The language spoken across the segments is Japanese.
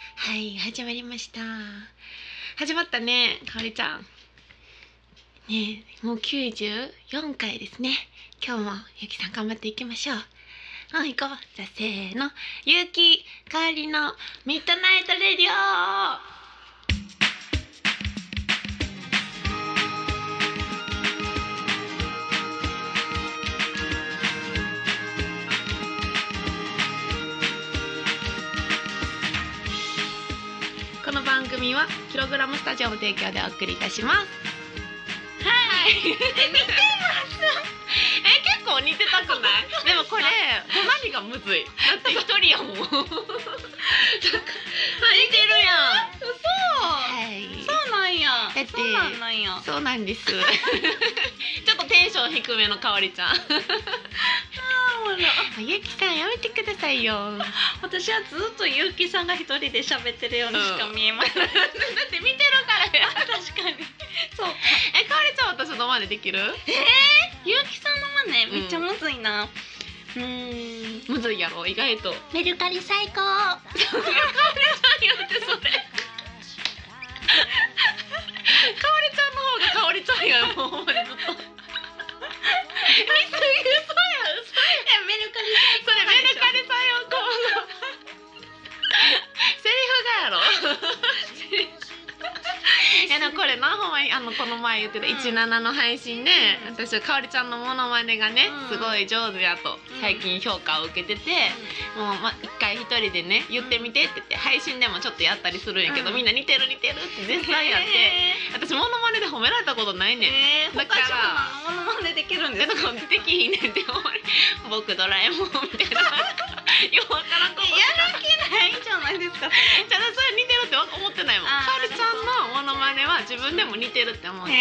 はい、始まりました。始まったね、かおりちゃん。ねえ、もう94回ですね。今日もゆきさん頑張っていきましょう。行こう。じゃあせーの。ゆきかおりのミッドナイトレディオ。この番組はキログラムスタジオの提供でお送りいたします。はい。似てます。結構似てたくない？でもこれ隣がむずい。だって一人やもん。似てるやん。 そう。 はい。 そうなんや。 だってそうなんや。 そうなんです。ちょっとテンション低めのかおりちゃん。ゆきさんやめてくださいよ。 私はずっとゆうきさんが一人で喋ってるようにしか見えません。だって見てるからや。 確かに。そう。 かおりちゃん私の真似できる？ ゆうきさんの真似めっちゃむずいな。 むずいやろ意外と。 メルカリ最高。 かおりちゃん言ってそれ。かおりちゃんの方がかおりちゃんやもうほんまにずっと。 メルカリそれメルカリさんよこのセリフがやろ。いやでもこれなほんまにこの前言ってた17の配信で、私はかおりちゃんのモノマネがね、すごい上手やと最近評価を受けてて、もう一回一人でね言ってみてって言って配信でもちょっとやったりするんやけど、みんな似てる似てるって絶対やって、私モノマネで褒められたことないねん。だからモノマネできるんですか？ できひんねんってほんまに僕ドラえもんみたいなよくわからんことやる気ないじゃないですか。 じゃあそれ似てるって思ってないもん。かおりちゃんのモノマネは自分でも似てるって思う。はい、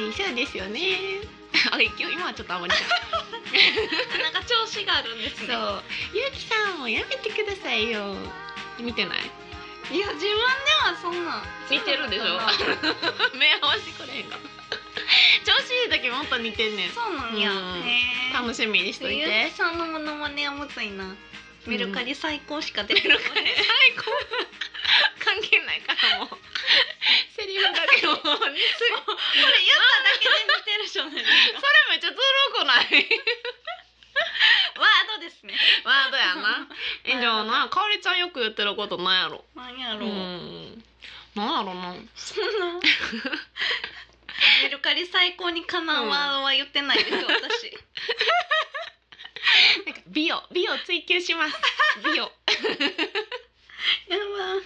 そうですよね。今はちょっとあまりなんか調子があるんですね。 そう、ゆうきさんもやめてくださいよ。見てない？ いや自分ではそんな似てるでしょ。目合わせこれへんか。調子いい時もっと似てんねん。 そうなんや。 楽しみにしといて。 ゆうきさんのモノマネはむずいな。メルカリ最高しか出てこない。 最高関係ないからもうセリフだけもこれ言っただけで似てるじゃないですか。 それめっちゃずるくない？ ワードですね。 ワードやな。じゃあな、かおりちゃんよく言ってることなんやろ？ なんやろ？ なんやろな。 そんなメルカリ最高にかなうワードは言ってないです私。 なんか美を追求します。美を。 や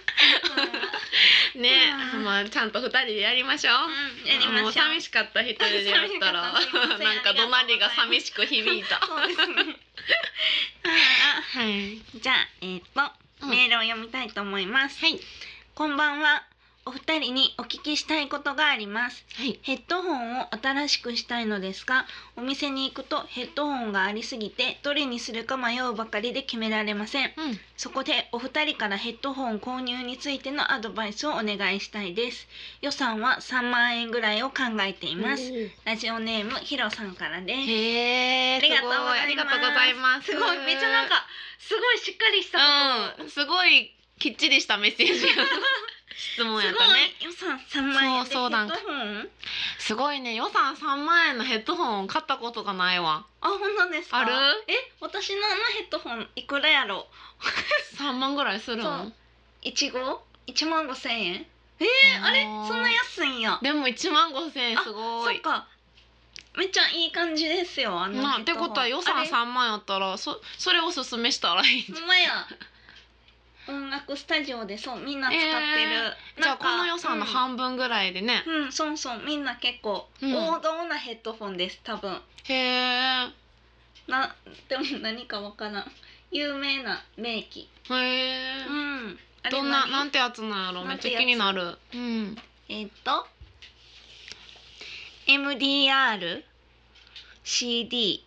ば。 ね、まあちゃんと2人でやりましょう。 やりましょう。 もう寂しかった1人でやったら、なんか怒鳴りが寂しく響いた。 そうですね。 はい。 じゃあメールを読みたいと思います。 はい。 こんばんは。お二人にお聞きしたいことがあります。 はい。 ヘッドホンを新しくしたいのですが、お店に行くとヘッドホンがありすぎてどれにするか迷うばかりで決められません。そこでお二人からヘッドホン購入についてのアドバイスをお願いしたいです。予算は3万円ぐらいを考えています。ラジオネームひろさんからです。 へー、ありがとうございます。 すごいめっちゃなんかすごいしっかりしたこと、 すごいきっちりしたメッセージ質問やったね。 予算3万円でヘッドホン？ すごいね。予算3万円のヘッドホン買ったことがないわ。 あ、本当ですか？ある？私のヘッドホンいくらやろ ？3万ぐらいするの ？1万5千円？あれそんな安いんや。 でも1万5千円すごい。 そっか。めっちゃいい感じですよ。 ってことは予算3万やったらそれをおすすめしたらいい。 ほんまや。音楽スタジオでみんな使ってる、 じゃあこの予算の半分ぐらいでね。 そうみんな結構王道なヘッドホンです多分。 へえ。 でも何かわからん。有名な名機。 へえ。どんななんてやつなんやろ。めっちゃ気になる。 MDR CD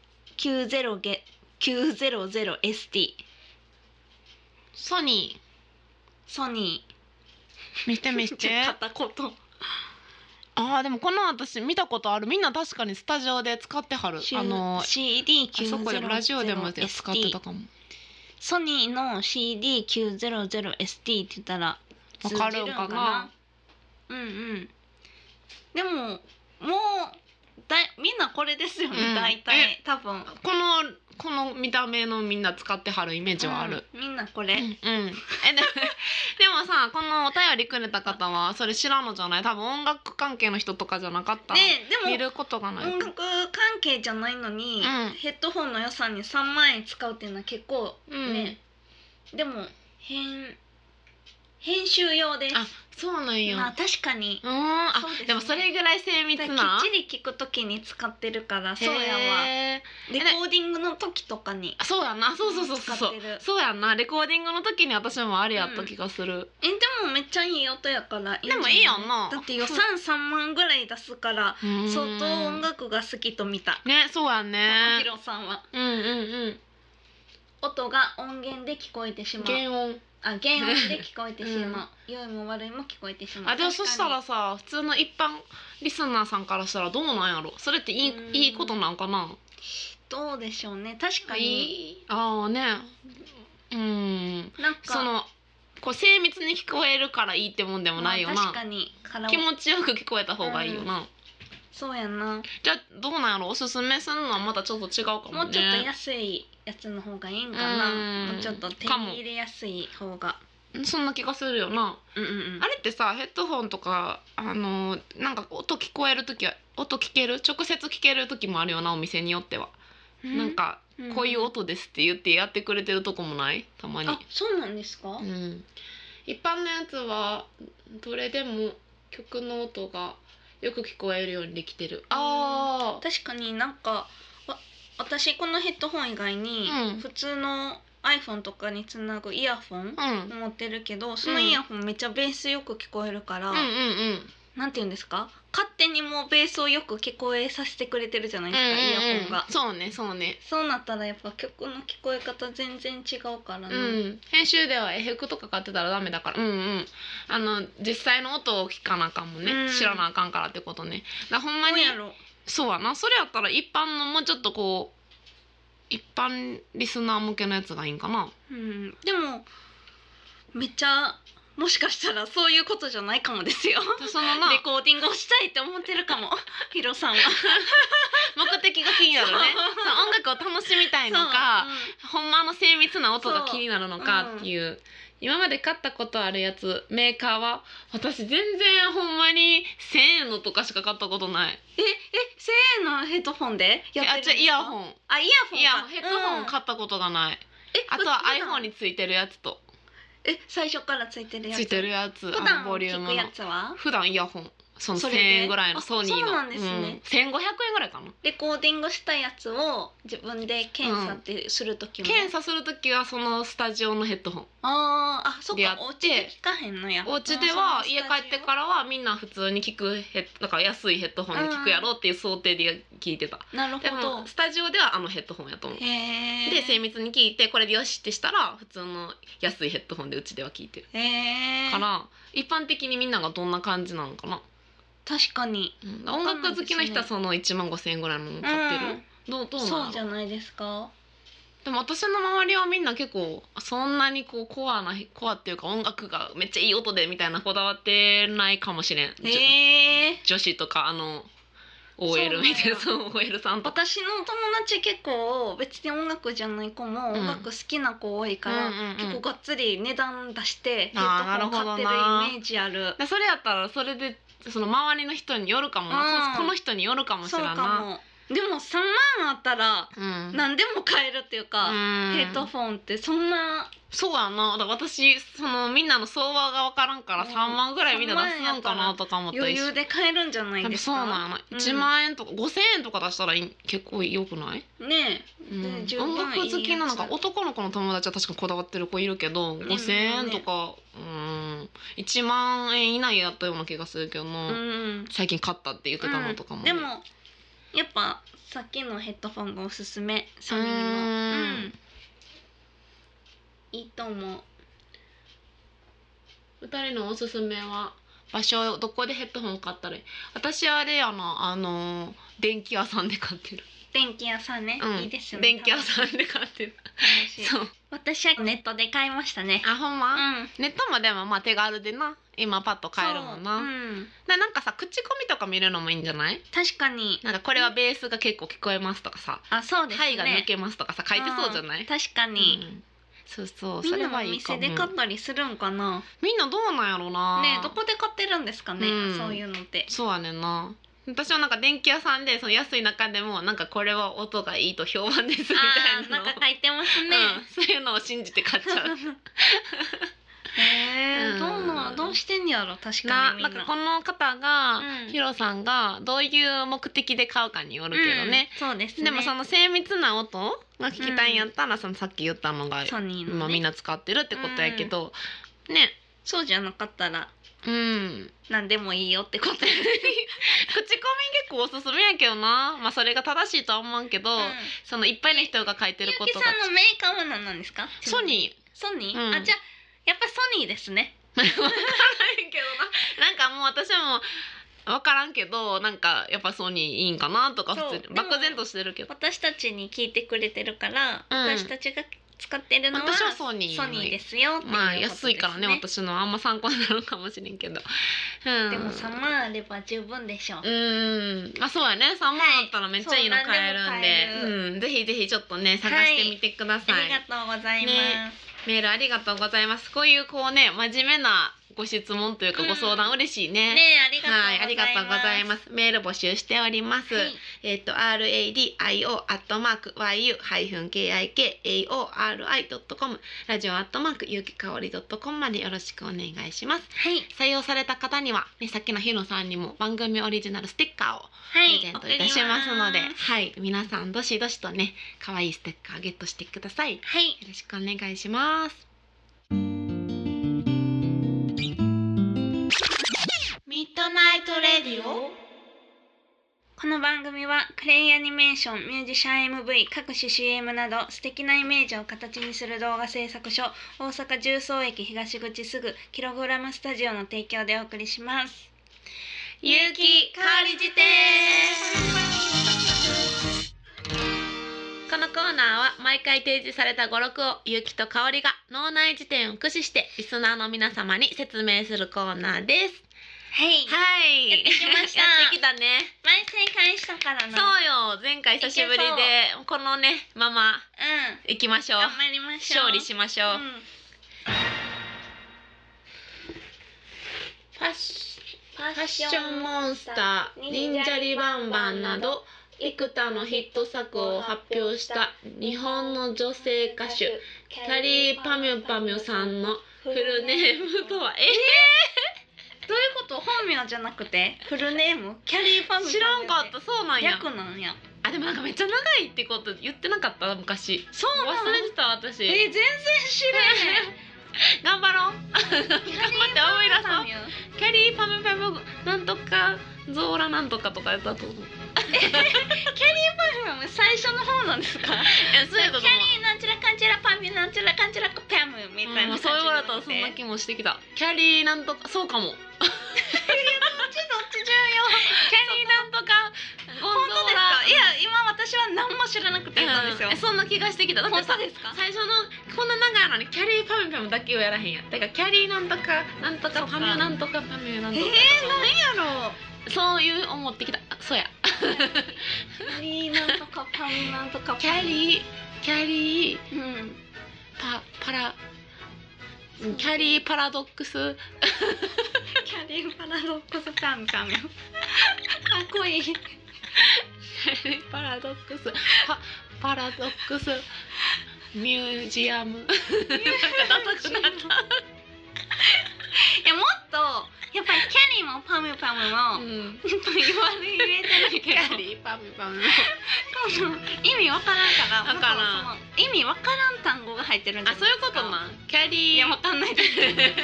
900ST。 ソニー見て片言。 でもこの私見たことある。みんな確かにスタジオで使ってはる。 CD900ST。 そこでラジオでも使ってたかも。 ソニーの CD900ST って言ったらわかるんかな。 うんうん。でももうみんなこれですよね、大体多分この見た目のみんな使ってはるイメージはある、 みんなこれ、 でもさ、このお便りくれた方はそれ知らんのじゃない？多分音楽関係の人とかじゃなかったら、 でも見ることがない。 音楽関係じゃないのに、ヘッドホンの予算に3万円使うっていうのは結構ね、でも編集用です。 あ、そうなんや。 まあ確かに。 でもそれぐらい精密な。 きっちり聞くときに使ってるからそうやわ。レコーディングの時とかに。 そうやな。そうそうやな。レコーディングの時に私もあれやった気がする。 でもめっちゃいい音やからいいんじゃない？ でもいいやんな。 だって予算3万ぐらい出すから相当音楽が好きと見た。 ね、そうやね。 ヒロさんは。音が音源で聞こえてしまう。原音で聞こえてしまう。良いも悪いも聞こえてしまう。 でもそしたらさ、普通の一般リスナーさんからしたらどうなんやろ。それっていいことなんかな。 どうでしょうね。確かに。 なんかそのこう精密に聞こえるからいいってもんでもないよな。 確かに気持ちよく聞こえた方がいいよな。 そうやな。 じゃあどうなんやろ。おすすめするのはまたちょっと違うかもね。 もうちょっと安いやつの方がいいんかな。もうちょっと手に入れやすい方が。 そんな気がするよな。あれってさ、ヘッドホンとかなんか音聞こえる時は音聞ける、直接聞ける時もあるよな、お店によっては。なんかこういう音ですって言ってやってくれてるとこもない？たまに。 あ、そうなんですか？ 一般のやつはどれでも曲の音がよく聞こえるようにできてる。 確かになんか私このヘッドホン以外に普通の iPhone とかにつなぐイヤホン持ってるけど、そのイヤホンめっちゃベースよく聞こえるから、なんて言うんですか、勝手にもうベースをよく聞こえさせてくれてるじゃないですか、イヤホンが。そうなったらやっぱ曲の聞こえ方全然違うからね。 編集ではエフェクトかかってたらダメだから、実際の音を聞かなあかんもんね、知らなあかんからってことね。だほんまにそうやな。それやったら一般のもうちょっとこう一般リスナー向けのやつがいいんかな。 でもめっちゃもしかしたらそういうことじゃないかもですよ。レコーディングをしたいって思ってるかも。ヒロさんは目的が気になるね。音楽を楽しみたいのか、ほんまの精密な音が気になるのかっていう。今まで買ったことあるやつ、メーカーは私全然ほんまに1000円のとかしか買ったことない。 1000円のヘッドホンでやってるんですか？ イヤホン。ヘッドホン買ったことがない。あとは iPhone についてるやつと。 最初からついてるやつ。 普段ボリュームのやつは？ 普段イヤホン。その1000円ぐらいのソニーの。 そうなんですね。 1500円ぐらいかな。 レコーディングしたやつを自分で検査ってするときも。検査するときはそのスタジオのヘッドホン。 そっか。お家で聞かへんのや。 お家では家帰ってからはみんな普通に聞くだから安いヘッドホンで聞くやろっていう想定で聞いてた。 なるほど。 でもスタジオではヘッドホンやと思う。で精密に聞いてこれでよしってしたら普通の安いヘッドホンでうちでは聞いてる。から一般的にみんながどんな感じなのかな。 確かに、 音楽好きの人はその1万5,000円ぐらいの買ってる、どうなの？ そうじゃないですか。 でも私の周りはみんな結構そんなにこうコアっていうか音楽がめっちゃいい音でみたいなこだわってないかもしれん。女子とかOL みたいな、OL さんとか。 私の友達結構別に音楽じゃない子も音楽好きな子多いから、結構がっつり値段出してヘッドホン買ってるイメージある。 それやったらそれでその周りの人によるかもな、この人によるかもしれない。 でも3万あったら何でも買えるっていうか、ヘッドフォンってそんな。 そうやな。だから私そのみんなの相場が分からんから3万ぐらいみんな出すのかなとか思ったり。 余裕で買えるんじゃないですか。 そうなんやな。1万円とか5,000円とか出したら結構よくない？ ねえ、音楽好きなのか男の子の友達は確かにこだわってる子いるけど、5,000円とか1万円以内やったような気がするけどな。最近買ったって言ってたのとかも。 でもやっぱさっきのヘッドフォンがおすすめ。ソニーのいいと思う。 2人のおすすめは場所、どこでヘッドホン買ったらいい？私はあれやな、電気屋さんで買ってる。 電気屋さんね、いいですよね。 電気屋さんで買ってる。 楽しい。 そう。 私はネットで買いましたね。 あ、ほんま。ネットもでもまあ手軽でな、今パッと買えるもんな。なんかさ、口コミとか見るのもいいんじゃない？ 確かに。 なんかこれはベースが結構聞こえますとかさ、 あ、そうですね。 肺が抜けますとかさ書いてそうじゃない？ 確かに。 そうそう、 それはいいかも。みんなお店で買ったりするんかな。 みんなどうなんやろな。 ね、どこで買ってるんですかね、そういうのって。 そうやねんな。私はなんか電気屋さんでその安い中でもなんかこれは音がいいと評判ですみたいなの。 なんか書いてますね。 そういうのを信じて買っちゃう。 どうしてんやろ、確かに。 なんかこの方が、ヒロさんがどういう目的で買うかによるけどね。 そうですね。 でもその精密な音が聞きたいんやったら、そのさっき言ったのがソニーの今みんな使ってるってことやけど、ね。 そうじゃなかったら何でもいいよってこと。口コミ結構おすすめやけどな。まあそれが正しいとは思うけど、そのいっぱいの人が書いてることが。 ゆきさんのメーカーは何なんですか？ ソニー。 ソニー？あ、じゃあやっぱソニーですね。 分からんけどな。なんかもう私も分からんけど、なんかやっぱソニーいいんかなとか普通に漠然としてるけど。 私たちに聞いてくれてるから、私たちが使ってるのは私はソニーですよっていうことですね。 まあ安いからね、私のあんま参考になるかもしれんけど。 でも3万あれば十分でしょう。 あ、そうやね。3万あったらめっちゃいいの買えるんで、ぜひぜひちょっとね探してみてください。 ありがとうございます。 メールありがとうございます。こういうこうね、真面目なご質問というかご相談嬉しいね。 ね、ありがとうございます。 はい、ありがとうございます。メール募集しております。radio@yu-kikaori.com ラジオゆきかおり.com までよろしくお願いします。 はい。 採用された方にはね、さっきのひろさんにも番組オリジナルステッカーをプレゼントいたしますので、はい、皆さんどしどしとね、可愛いステッカーゲットしてください。 はい。 よろしくお願いします。ミッドナイトレディオ。 この番組はクレイアニメーション、ミュージシャン MV、各種 CM など素敵なイメージを形にする動画制作所、大阪十三駅東口すぐキログラムスタジオの提供でお送りします。 ゆうきかおり辞典。このコーナーは毎回提示された語録をゆうきとかおりが脳内辞典を駆使してリスナーの皆様に説明するコーナーです。 はい、 やってきました。やってきたね。 前正解したからな。 そうよ、前回久しぶりでこのねまま行きましょう。 頑張りましょう。 勝利しましょう。ファッションモンスター、忍者リバンバンなど幾多のヒット作を発表した日本の女性歌手キャリーパミュパミュさんのフルネームとは？ どういうこと？本名じゃなくてフルネーム？キャリーパミュパミュ。 知らんかった。そうなんや。 略なんや。 あ、でもなんかめっちゃ長いってこと言ってなかった昔。 そうなの？ 忘れてた私。 全然知らへん。 頑張ろう。頑張って思い出そう。キャリーパミュパミュなんとかゾーラなんとかとかやったと思う。 キャリーパミュ最初の方なんですか？ そうやと思う。 キャリーなんちゃらかんちゃらパミュなんちゃらかんちゃらパミュみたいな。 そう言われたらそんな気もしてきた。キャリーなんとか、そうかも。どっち重要。キャリーなんとかゴンゾーラ。 いや、今私は何も知らなくて言ったんですよ。 そんな気がしてきた。だってさ、最初のこんな長いのにキャリーパミュパミュだけをやらへんや。だからキャリーなんとかなんとかパミュなんとかパミュなんとか。 なんやろう。 そういう思ってきた。そうや。 キャリーなんとかパミュなんとか。 キャリーパラキャリーパラドックス。 キャリーパラドックスパミュパミュ。かっこいい。 キャリーパラドックスパラドックスミュージアム。なんかダサくなった。 いや、もっとやっぱりキャリーもパミュパミュも言えてないけど、 キャリーパミュパミュ意味わからんから、だから意味わからん単語が入ってるんじゃないですか。 そういうことな。キャリー、 いや、わかんないです。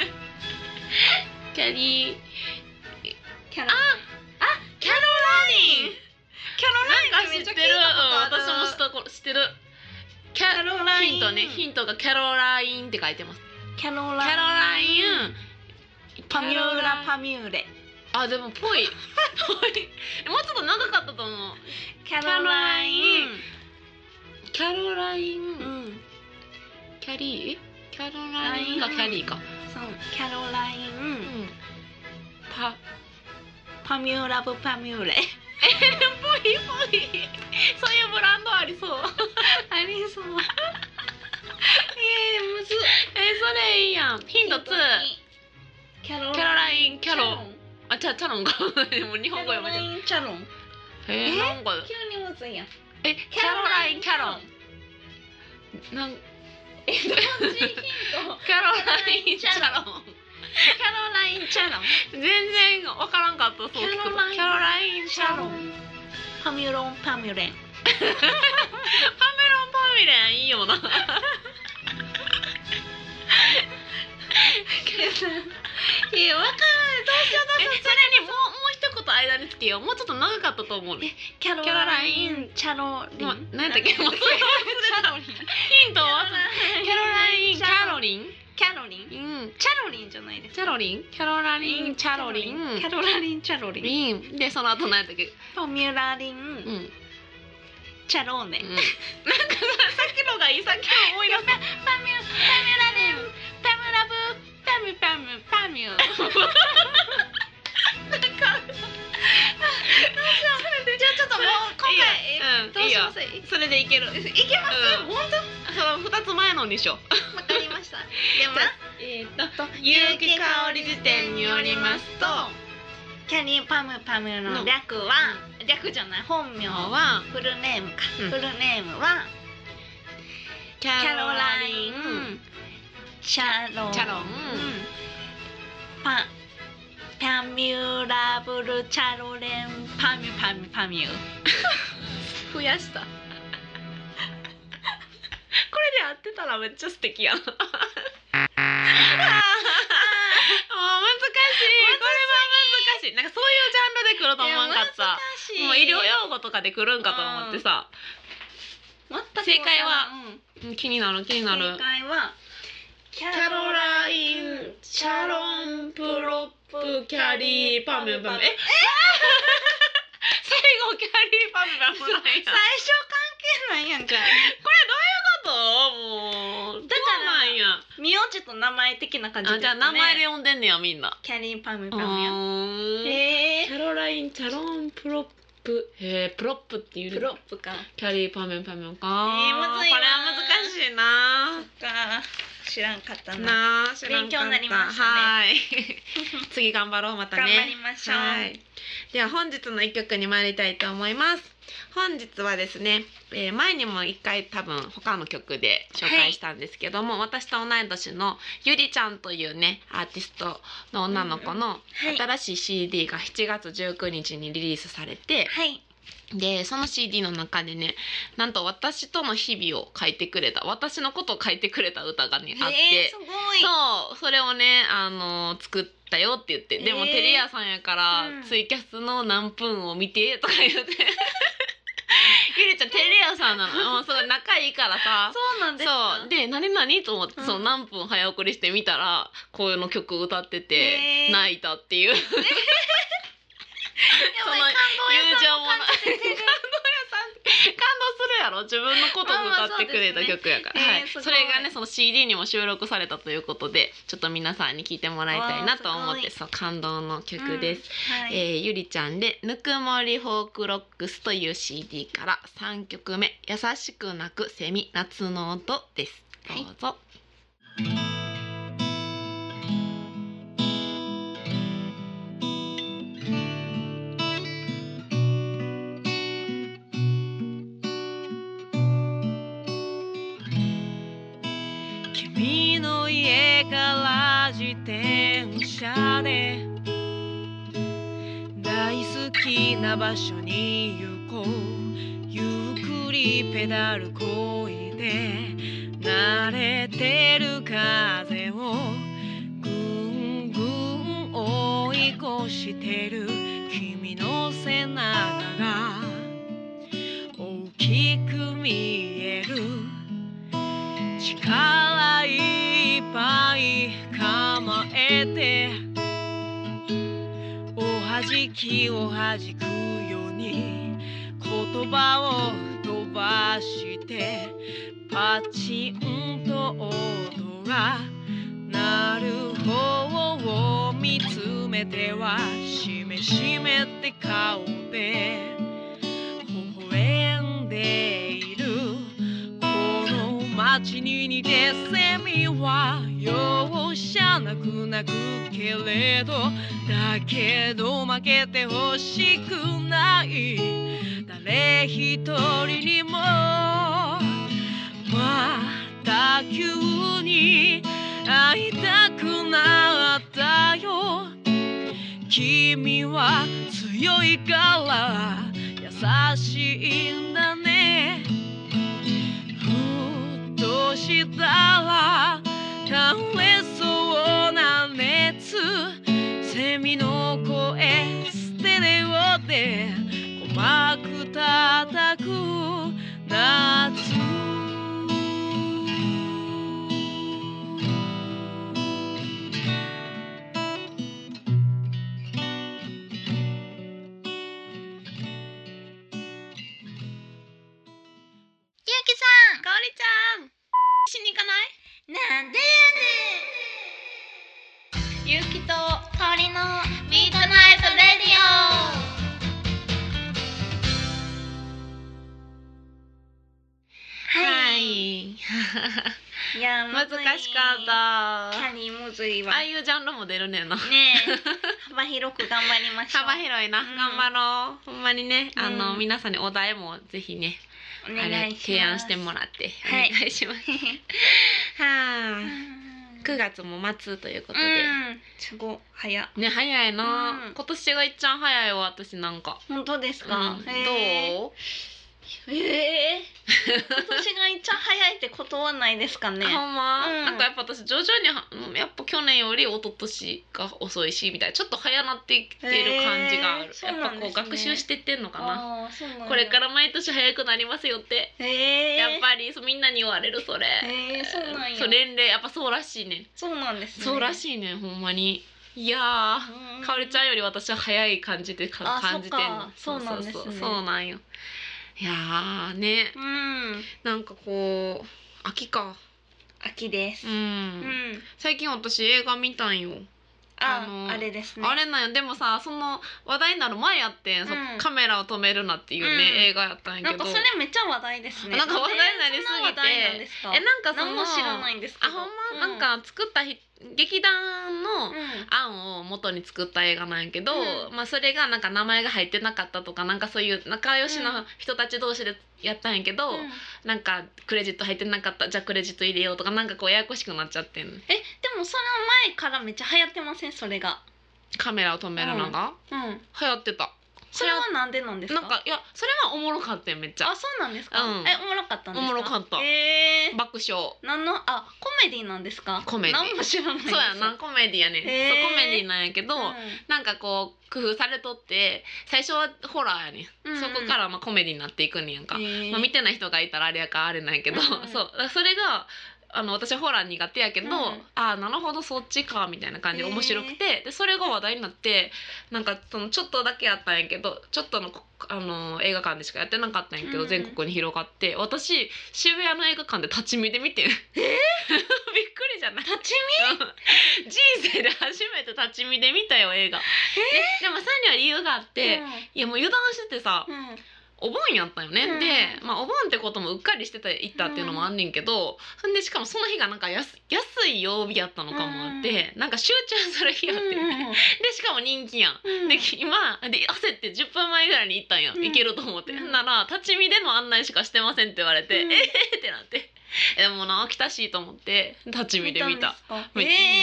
キャリーキャロキャロライン。 キャロライン知ってる。私も知ってる。キャロライン。ヒントね、ヒントがキャロラインって書いてます。 キャロライン。 パミューラパミューレ。 あでもぽいもうちょっと長かったと思う。 キャロライン。 キャロライン、 うん。 キャリーキャロラインがキャリーか。 そうキャロライン。 うん。 パミュラブパミュレ。 ぽいぽい。そういうブランドありそう。 ありそう。むず。 それいいやん。ヒント2。 キャロラインキャロ。あ、チャロンか。もう日本語読めてる。 チャロン。 なんか。 急にむずいやん。 キャロラインキャロン。どっちヒント。キャロラインチャロン。 キャロラインチャロン。 全然わからんかった。そう聞くと。キャロラインチャロン。 パミュロンパミュレン。 パミュロンパミュレンいいよな。 いやわからない。どうしよう。 それにもう一言間につけよう。もうちょっと長かったと思う。 キャロラインチャロリン。 何やったっけ？もうそれ忘れた。ヒントはキャロラインキャロリン。 キャロリン。うん。チャロリンじゃないですか。 チャロリン。キャロラリンチャロリン。 キャロラリンチャロリン。 でその後何やったっけ？ パミュラリン。うん。チャローネ。なんかさっきのがいい。さっきの思い出す。 パミュラリン。パムラブ。パミュ。なんか。じゃあちょっともう今回いいよ。それでいける。 いけます。本当？ その2つ前のにしよう。 わかりました。では結城かおり辞典によりますと、 キャリーパムの略は、略じゃない、本名はフルネームか。フルネームはキャロラインチャロン。パミュラブルチャロレンパミュ。 増やした。これで合ってたらめっちゃ素敵やな。もう難しい。これは難しい。なんかそういうジャンルで来ると思わんかった。もう医療用語とかで来るんかと思ってさ。正解は、気になる。正解はキャロラインチャロンプロップキャリーパム。最後キャリーパムなんや。 最初関係ないやんじゃん。これどういうこと？もうだからなんや。 名字と名前的な感じですね。 じゃあ名前で呼んでんねやみんな。 キャリーパムや。 キャロラインチャロンプロップ。プロップっていう。 プロップか。 キャリーパムか。 むずいわ。 これは難しいな。 そっか。知らんかったな。勉強になりましたね。 はい。次頑張ろう。またね。 頑張りましょう。 では本日の一曲に参りたいと思います。本日はですね、前にも一回多分他の曲で紹介したんですけども、私と同い年のゆりちゃんというねアーティストの女の子の新しい CD が7月19日にリリースされて、でその CD の中でね、なんと私との日々を書いてくれた、私のことを書いてくれた歌がねあって、 すごい。 それをね作ったよって言って、でもテレ屋さんやから、ツイキャスの何分を見てとか言ってゆりちゃんテレ屋さんなの。すごい仲いいからさ。 そうなんですか。 そうで何と思って、その何分早送りしてみたらこういうの曲歌ってて泣いたっていう。その友情も感動するやろ。自分のことを歌ってくれた曲やから、それがねその CD にも収録されたということで、ちょっと皆さんに聴いてもらいたいなと思って、そう感動の曲です。ゆりちゃんでぬくもりフォークロックスという CD から3曲目、優しく鳴くセミ夏の音です。どうぞ。君の家から自転車で大好きな場所に行こう。ゆっくりペダルこいで慣れてる風をぐんぐん追い越してる君の背中が大きく見える。力いっぱい構えてお気を弾くように言葉を飛ばしてパチンと音が鳴る方を見つめてはしめしめって顔で微笑んでいるこの街に似てセミは容赦なく鳴くけれどだけど負けてほしくない誰一人にもまた急に会いたくなったよ君は強いから優しいんだねふとしたら倒れそうな熱セミの声ステレオで鼓膜叩く夏かおりちゃんしに行かない？ なんでゆうきと香りのミートナイトレディオはいいや難しかったキャリーむずいわああいうジャンルも出るねんなねえ幅広く頑張りましょう幅広いな、頑張ろうほんまにね皆さんにお題もぜひねお願いします提案してもらっておはい願いしますはあ9月も末ということで、 すごい早ね早いな、 うん今年がいっちゃん早いわ私なんか、 本当ですか、 どう今年が一番早いってことはないですかねほんま、 うんなんかやっぱ私徐々にやっぱ去年より一昨年が遅いしみたいなちょっと早なってきてる感じがある、 そうやっぱなんですねこう学習してってんのかな、 あーそうなんだこれから毎年早くなりますよって、やっぱりみんなに言われるそれ、 そうなんやそう年齢やっぱそうらしいねん、 そうなんですねそうらしいねんほんまにいやー、かおりちゃんより私は早い感じで感じてんの。 そうなんですねそうなんよ。いやーね、なんかこう秋か。 秋です。 最近私映画見たんよ。 あれですね。 あれなんよ。でもさ、その話題になる前やってん、カメラを止めるなっていうね、映画やったんやけど。 なんかそれめっちゃ話題ですね。 なんか話題になりすぎて、なんかその何も知らないんですけど。 ほんまなんか作った劇団の案を元に作った映画なんやけど、まあそれがなんか名前が入ってなかったとかなんかそういう仲良しの人たち同士でやったんやけど、なんかクレジット入ってなかったじゃあクレジット入れようとかなんかこうややこしくなっちゃってん。 でもその前からめっちゃ流行ってませんそれが。 カメラを止めるのが、流行ってた。 それはなんでなんですか。 なんかいやそれはおもろかったよめっちゃ。 あそうなんですか。おもろかったんですか。 おもろかった。爆笑。 コメディなんですか。 コメディ。 何も知らない。 そうやなコメディやね。そうコメディなんやけど、なんかこう工夫されとって最初はホラーやね。そこからまあコメディになっていくんやんか。まあ見てない人がいたらあれやからあれなんやけど、そうそれが。私はホラー苦手やけど、なるほどそっちかみたいな感じで面白くて、でそれが話題になってなんかそのちょっとだけやったんやけどちょっとの映画館でしかやってなかったんやけど、全国に広がって私渋谷の映画館で立ち見で見てびっくりじゃない？ 立ち見人生で初めて立ち見で見たよ映画。でもそれには理由があって、いやもう油断しててさ、お盆やったよね、で、まあ、お盆ってこともうっかりして行ったっていうのもあんねんけど、そんでしかもその日がなんか安い曜日やったのかもあって、なんか集中する日やって、でしかも人気やん、で今で焦って10分前ぐらいに行ったんや、行けると思って、なら立ち見での案内しかしてませんって言われて、ってなって。でもな来たしと思って立ち見で見た。そう。 そんな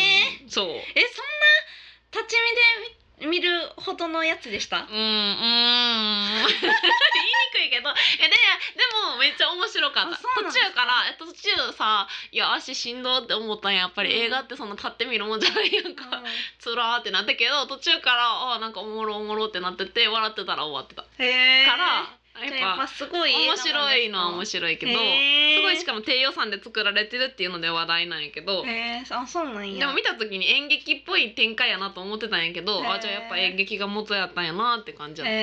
立ち見で見るほどのやつでした。 言いにくいけどでもめっちゃ面白かった。途中さいや足しんどって思ったんや。やっぱり映画ってそんな立ってみるもんじゃないやんか、つらーってなったけど途中からなんかおもろってなってて笑ってたら終わってたからやっぱすごい面白いのは面白いけどすごいしかも低予算で作られてるっていうので話題なんやけど、 あ、そうなんや。 でも見た時に演劇っぽい展開やなと思ってたんやけど、じゃあやっぱ演劇が元やったんやなって感じやった。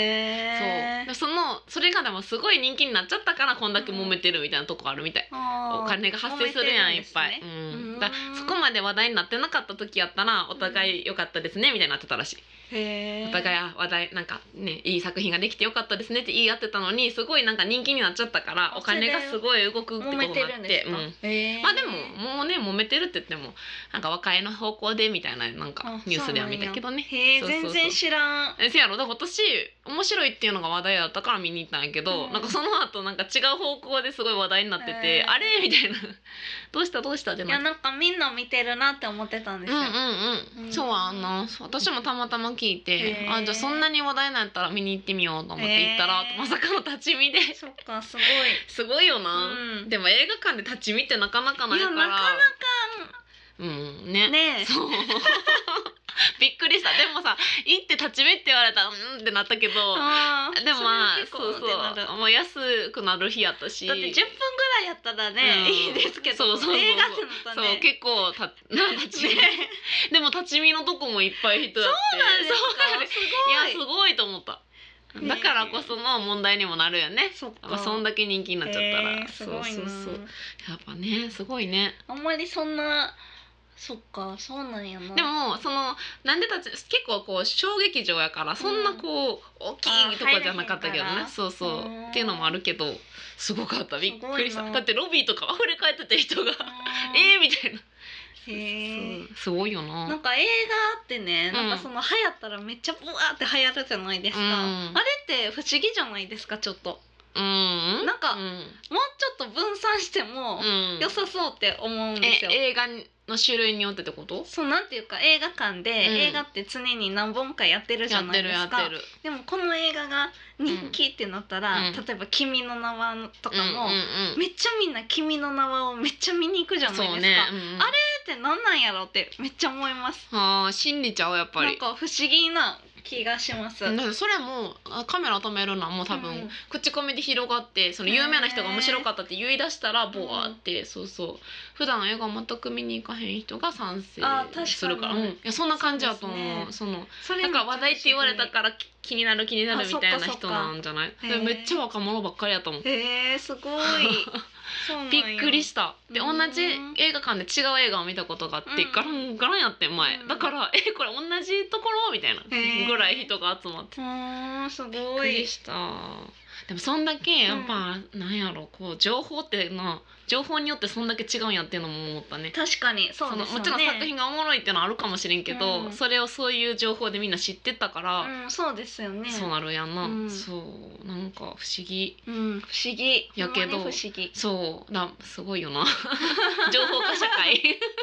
そうでそれがでもすごい人気になっちゃったからこんだけ揉めてるみたいなとこあるみたい。お金が発生するやんいっぱい。だそこまで話題になってなかった時やったらお互い良かったですねみたいになってたらしい。お互い話題なんかねいい作品ができてよかったですねって言い合ってたのにすごいなんか人気になっちゃったからお金がすごい動くってことになって、まあでももうね揉めてるって言ってもなんか和解の方向でみたいななんかニュースでは見たけどね。 全然知らん。 せやろだから私面白いっていうのが話題だったから見に行ったんやけど、なんかその後なんか違う方向ですごい話題になってて、あれみたいなどうしたっていやなんかみんな見てるなって思ってたんですよ。 そう私もたまたま聞いて、じゃあそんなに話題なんやったら見に行ってみようと思って行ったら、まさかの立ち見で。 そっかすごいすごいよな、でも映画館で立ち見ってなかなかないから。いやなかなかねそうびっくりした。でもさ行って立ち見って言われたらってなったけど、でもまあそうもう安くなる日やったし、 だって10分ぐらいやったらね、いいですけど、映画ってなったね結構立ち見でも立ち見のとこもいっぱい人やって、 そうなんですか。 すごいと思った。だからこその問題にもなるよね。そんだけ人気になっちゃったら。 すごいな。 やっぱねすごいね。 あんまりそんなそっかそうなんやな。 でもなんで結構こう小劇場やからそんなこう大きいとこじゃなかったけどね。そうっていうのもあるけどすごかった。びっくりした。だってロビーとか溢れ返ってて人がみたいな。すごいよな。 なんか映画ってね、なんかその流行ったらめっちゃブワーって流行るじゃないですか。あれって不思議じゃないですかちょっと。なんかもうちょっと分散しても良さそうって思うんですよ。 映画の種類によってってこと？ そうなんていうか映画館で映画って常に何本かやってるじゃないですか。でもこの映画が人気ってなったら、例えば君の名はとかもめっちゃみんな君の名はをめっちゃ見に行くじゃないですか。あれってなんなんやろってめっちゃ思います。 心理ちゃうやっぱり。 なんか不思議な気がします。 それもカメラ止めるのはもう多分口コミで広がってその有名な人が面白かったって言い出したらボワーって普段映画全く見に行かへん人が賛成するから、いやそんな感じだと思う。だから話題って言われたから気になるみたいな人なんじゃない？めっちゃ若者ばっかりやと思う。 すごいびっくりした。で同じ映画館で違う映画を見たことがあってガランガランやって前だからこれ同じところみたいなぐらい人が集まってすごいびっくりした。でもそんだけやっぱなんやろこう情報って情報によってそんだけ違うんやっていうのも思ったね。 確かにそうですよね。 もちろん作品がおもろいっていうのはあるかもしれんけど、それをそういう情報でみんな知ってたから、 そうですよね。 そうなるやんな。そうなんか不思議。 不思議やけど、 不思議。 そうすごいよな。情報化社会。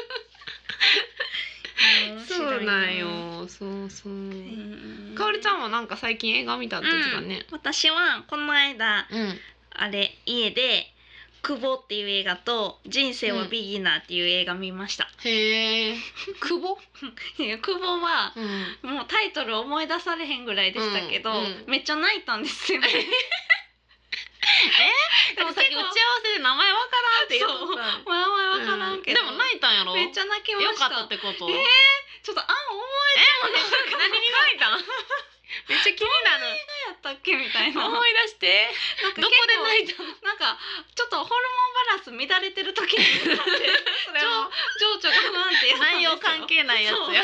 そうなんよ。かおりちゃんはなんか最近映画見たって言ってたね。 私はこの間あれ家で久保っていう映画と人生はビギナーっていう映画見ました。 へえ。久保？ 久保はもうタイトル思い出されへんぐらいでしたけど、めっちゃ泣いたんですよね。 でもさっき打ち合わせで名前わからんって言うとさ、 名前わからんけど、 でも泣いたんやろ？ めっちゃ泣きました。 よかったってこと？ ちょっと覚えて何に泣いたん？めっちゃ気になる。 映画やったっけみたいな。 思い出して。どこで泣いたの？ なんかちょっとホルモンバランス乱れてる時にそれも情緒が不安定やったんですよ。 内容関係ないやつや。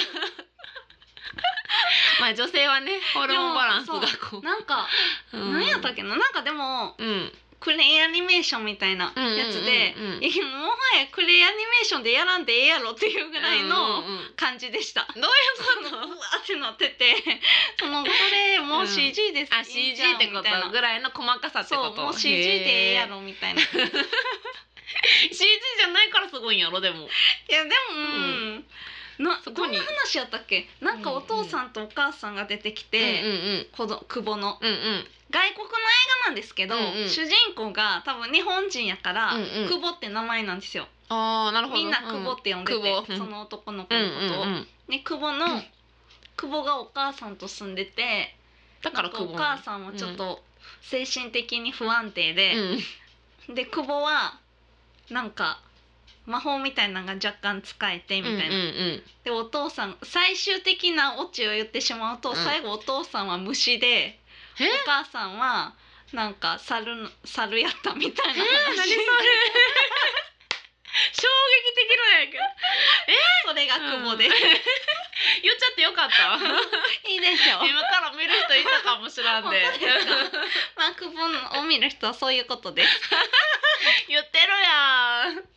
まあ女性はねホルモンバランスがこうなんか何やったっけな、なんかでもクレイアニメーションみたいなやつで、もはやクレイアニメーションでやらんでええやろっていうぐらいの感じでした。 どういうこと？ うわってなってて、これもう CG です。 CG ってことぐらいの細かさってこと。 もう CG でええやろみたいな。CG じゃないからすごいんやろでも。 いやでも。どんな話やったっけ？なんかお父さんとお母さんが出てきて、久保の、外国の映画なんですけど、主人公が多分日本人やから、久保って名前なんですよ。 なるほど。 みんな久保って呼んでて、その男の子のことを。で久保がお母さんと住んでて、だからお母さんはちょっと精神的に不安定で、で久保はなんか魔法みたいなのが若干使えてみたいな、 うんうんうん、 でお父さん最終的なオチを言ってしまうと、最後お父さんは虫でお母さんはなんか猿やったみたいな話。 何それ衝撃的なんやけど。 それが久保です。 言っちゃってよかった。 いいでしょ。 今から見る人いたかもしらんで。 まあ久保を見る人はそういうことです。 言ってるやん。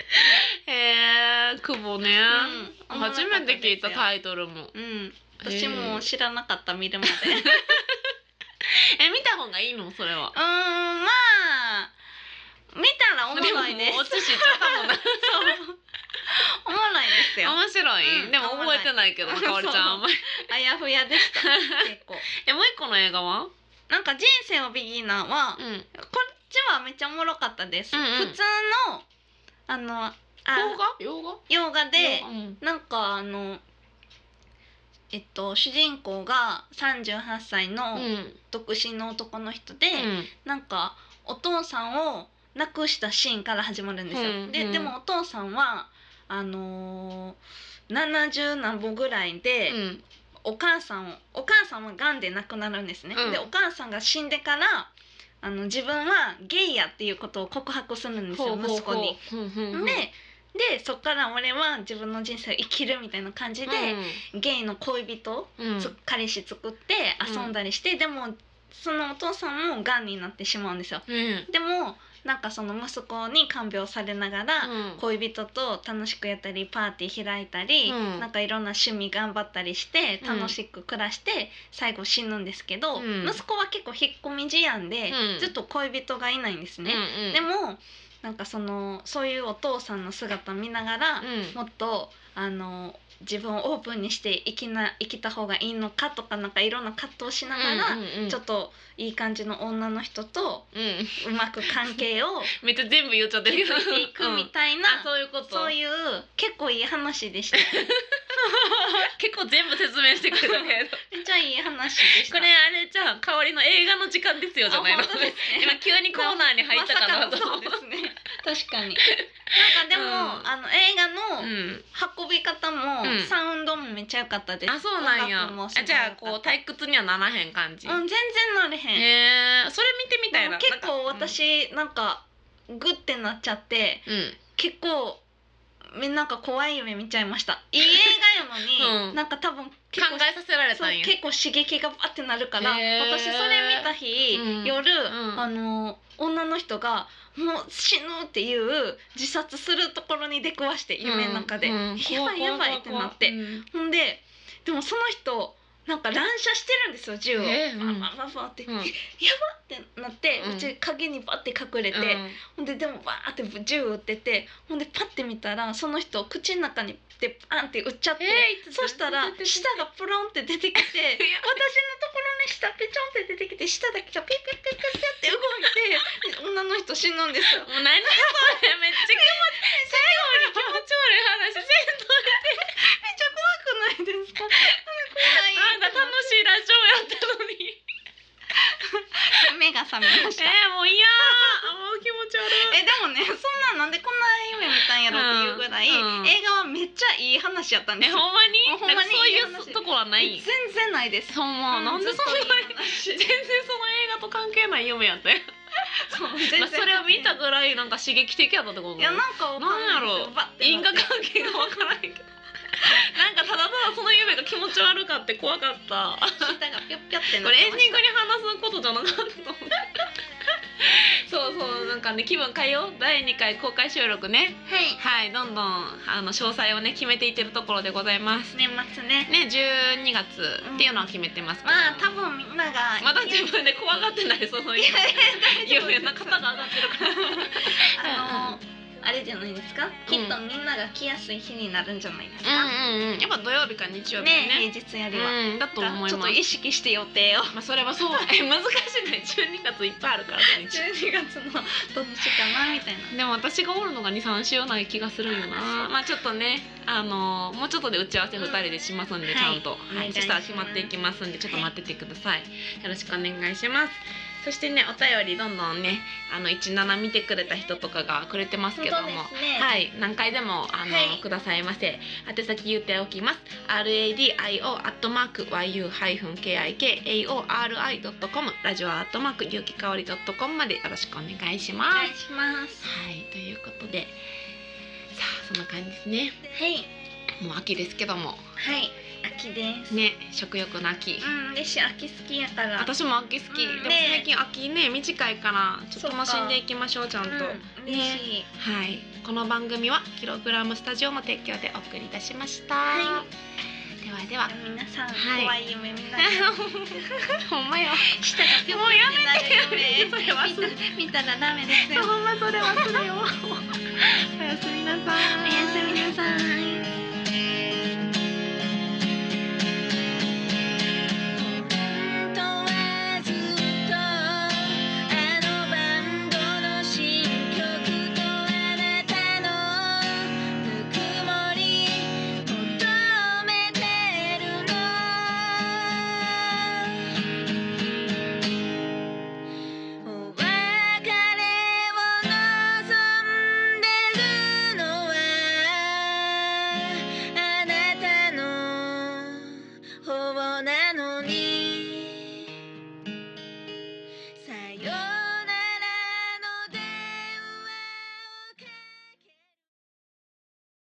久保ね、初めて聞いたタイトルも。 私も知らなかった見るまで。 見た方がいいのそれは。 まあ見たらおもろいです。 落ちしちゃったもんな。 おもろいですよ。 面白い。でも覚えてないけど、かおりちゃんあんまり。 あやふやでした。結構。 もう一個の映画は？ なんか人生をビギナーは、こっちはめっちゃおもろかったです。普通の洋画で、なんか主人公が38歳の独身の男の人で、なんかお父さんを亡くしたシーンから始まるんですよ。でもお父さんは70何歩ぐらいで、お母さんはがんで亡くなるんですね。でお母さんが死んでから自分はゲイやっていうことを告白するんですよ、息子に。でそっから俺は自分の人生を生きるみたいな感じで、ゲイの恋人、彼氏作って遊んだりして、でもそのお父さんもがんになってしまうんですよ。でもなんかその息子に看病されながら、恋人と楽しくやったりパーティー開いたり、なんかいろんな趣味頑張ったりして楽しく暮らして最後死ぬんですけど、息子は結構引っ込み思案で、ずっと恋人がいないんですね。でもなんかそういうお父さんの姿を見ながら、もっと自分をオープンにして生きた方がいいのかとか、なんかいろんな葛藤しながら、ちょっといい感じの女の人とうまく関係をめっちゃ全部言っちゃってるけどいくみたいな、 そういう結構いい話でした。 結構全部説明してくれたけどめっちゃいい話でした。 これあれじゃん、香りの映画の時間ですよじゃないの。今急にコーナーに入ったかなと。 そうですね。確かに。なんかでも、映画の運び方も、サウンドもめっちゃ良かったです。 あ、そうなんや。じゃあこう退屈にはならへん感じ。 全然なれへん。 それ見てみたいな。 結構私なんかグッてなっちゃって、結構なんか怖い夢見ちゃいました。いい映画やのに、なんか多分結構考えさせられたんや。 結構刺激がバッてなるから、私それ見た日、夜女の人がもう死ぬっていう自殺するところに出くわして、夢の中で、やばいやばいってなって、ほんででもその人なんか乱射してるんですよ、銃を。ババって、やばってなって、うち影にバッて隠れて、ほんででもバーって銃撃ってて、ほんでパッて見たらその人口の中にでバンって撃っちゃって、そしたら舌がプロンって出てきて、私のところに舌ペチョンって出てきて、舌だけがピッピッピッピッピッって動いて、女の人死ぬんですよ。 もう何それ、めっちゃ最後に気持ち悪い話せんといて。 めっちゃ怖くないですか？ なんか楽しいラジオやったのに目が覚めました。 もう嫌。もう気持ち悪い。 でもね、そんなんでこんな夢見たんやろっていうぐらい、映画はめっちゃいい話やったんですよ。 ほんまに？ ほんまにそういうとこはない？ 全然ないです。 ほんま、なんでそんな全然その映画と関係ない夢やったよ。それを見たぐらいなんか刺激的やったってこと？ いや、なんかなんやろう、因果関係がわからへんけどなんかただただその夢が気持ち悪かって怖かった。 舌がピョッピョってなってました。 これエンディングに話すことじゃなかったと思う。そうなんかね、気分変えよう第2回公開収録ね、はいどんどん詳細をね決めていってるところでございます。 年末ね 12月っていうのは決めてますけど、 まあ多分みんながまだ自分で怖がってない、その有名な方が上がってるからあれじゃないですか、きっとみんなが来やすい日になるんじゃないですか。 やっぱ土曜日か日曜日ね、 平日よりは、 だと思います。 ちょっと意識して予定を。 それはそう。難しいね。12月いっぱいあるから 12月のどっちかなみたいな。 でも私がおるのが2、3週ない気がするよな。ちょっとね、もうちょっとで打ち合わせ2人でしますんで、ちゃんとそしたら決まっていきますんで、ちょっと待っててください。よろしくお願いします。 そしてね、お便りどんどんね、17見てくれた人とかがくれてますけども、 そうですね、 はい、何回でもはいくださいませ。宛先言っておきます。radio@yukikAori.com ラジオゆうきかおり .com までよろしくお願いしおます。 願いします。 はい、ということで、さあそんな感じですね。 はい、 もう秋ですけども、 はい、秋です。 ね、食欲の秋。 私秋好きやから。 私も秋好き。でも最近秋ね、短いからちょっと楽しんでいきましょう、ちゃんと。 嬉しい。 はい、この番組はキログラムスタジオの提供でお送りいたしました。 はではでは、 皆さん、 はい怖い夢見ない。 ほんまよ。 舌がぴょんもうやめてよってなる夢それは見たらダメですよ。 ほんまそれ忘れよう。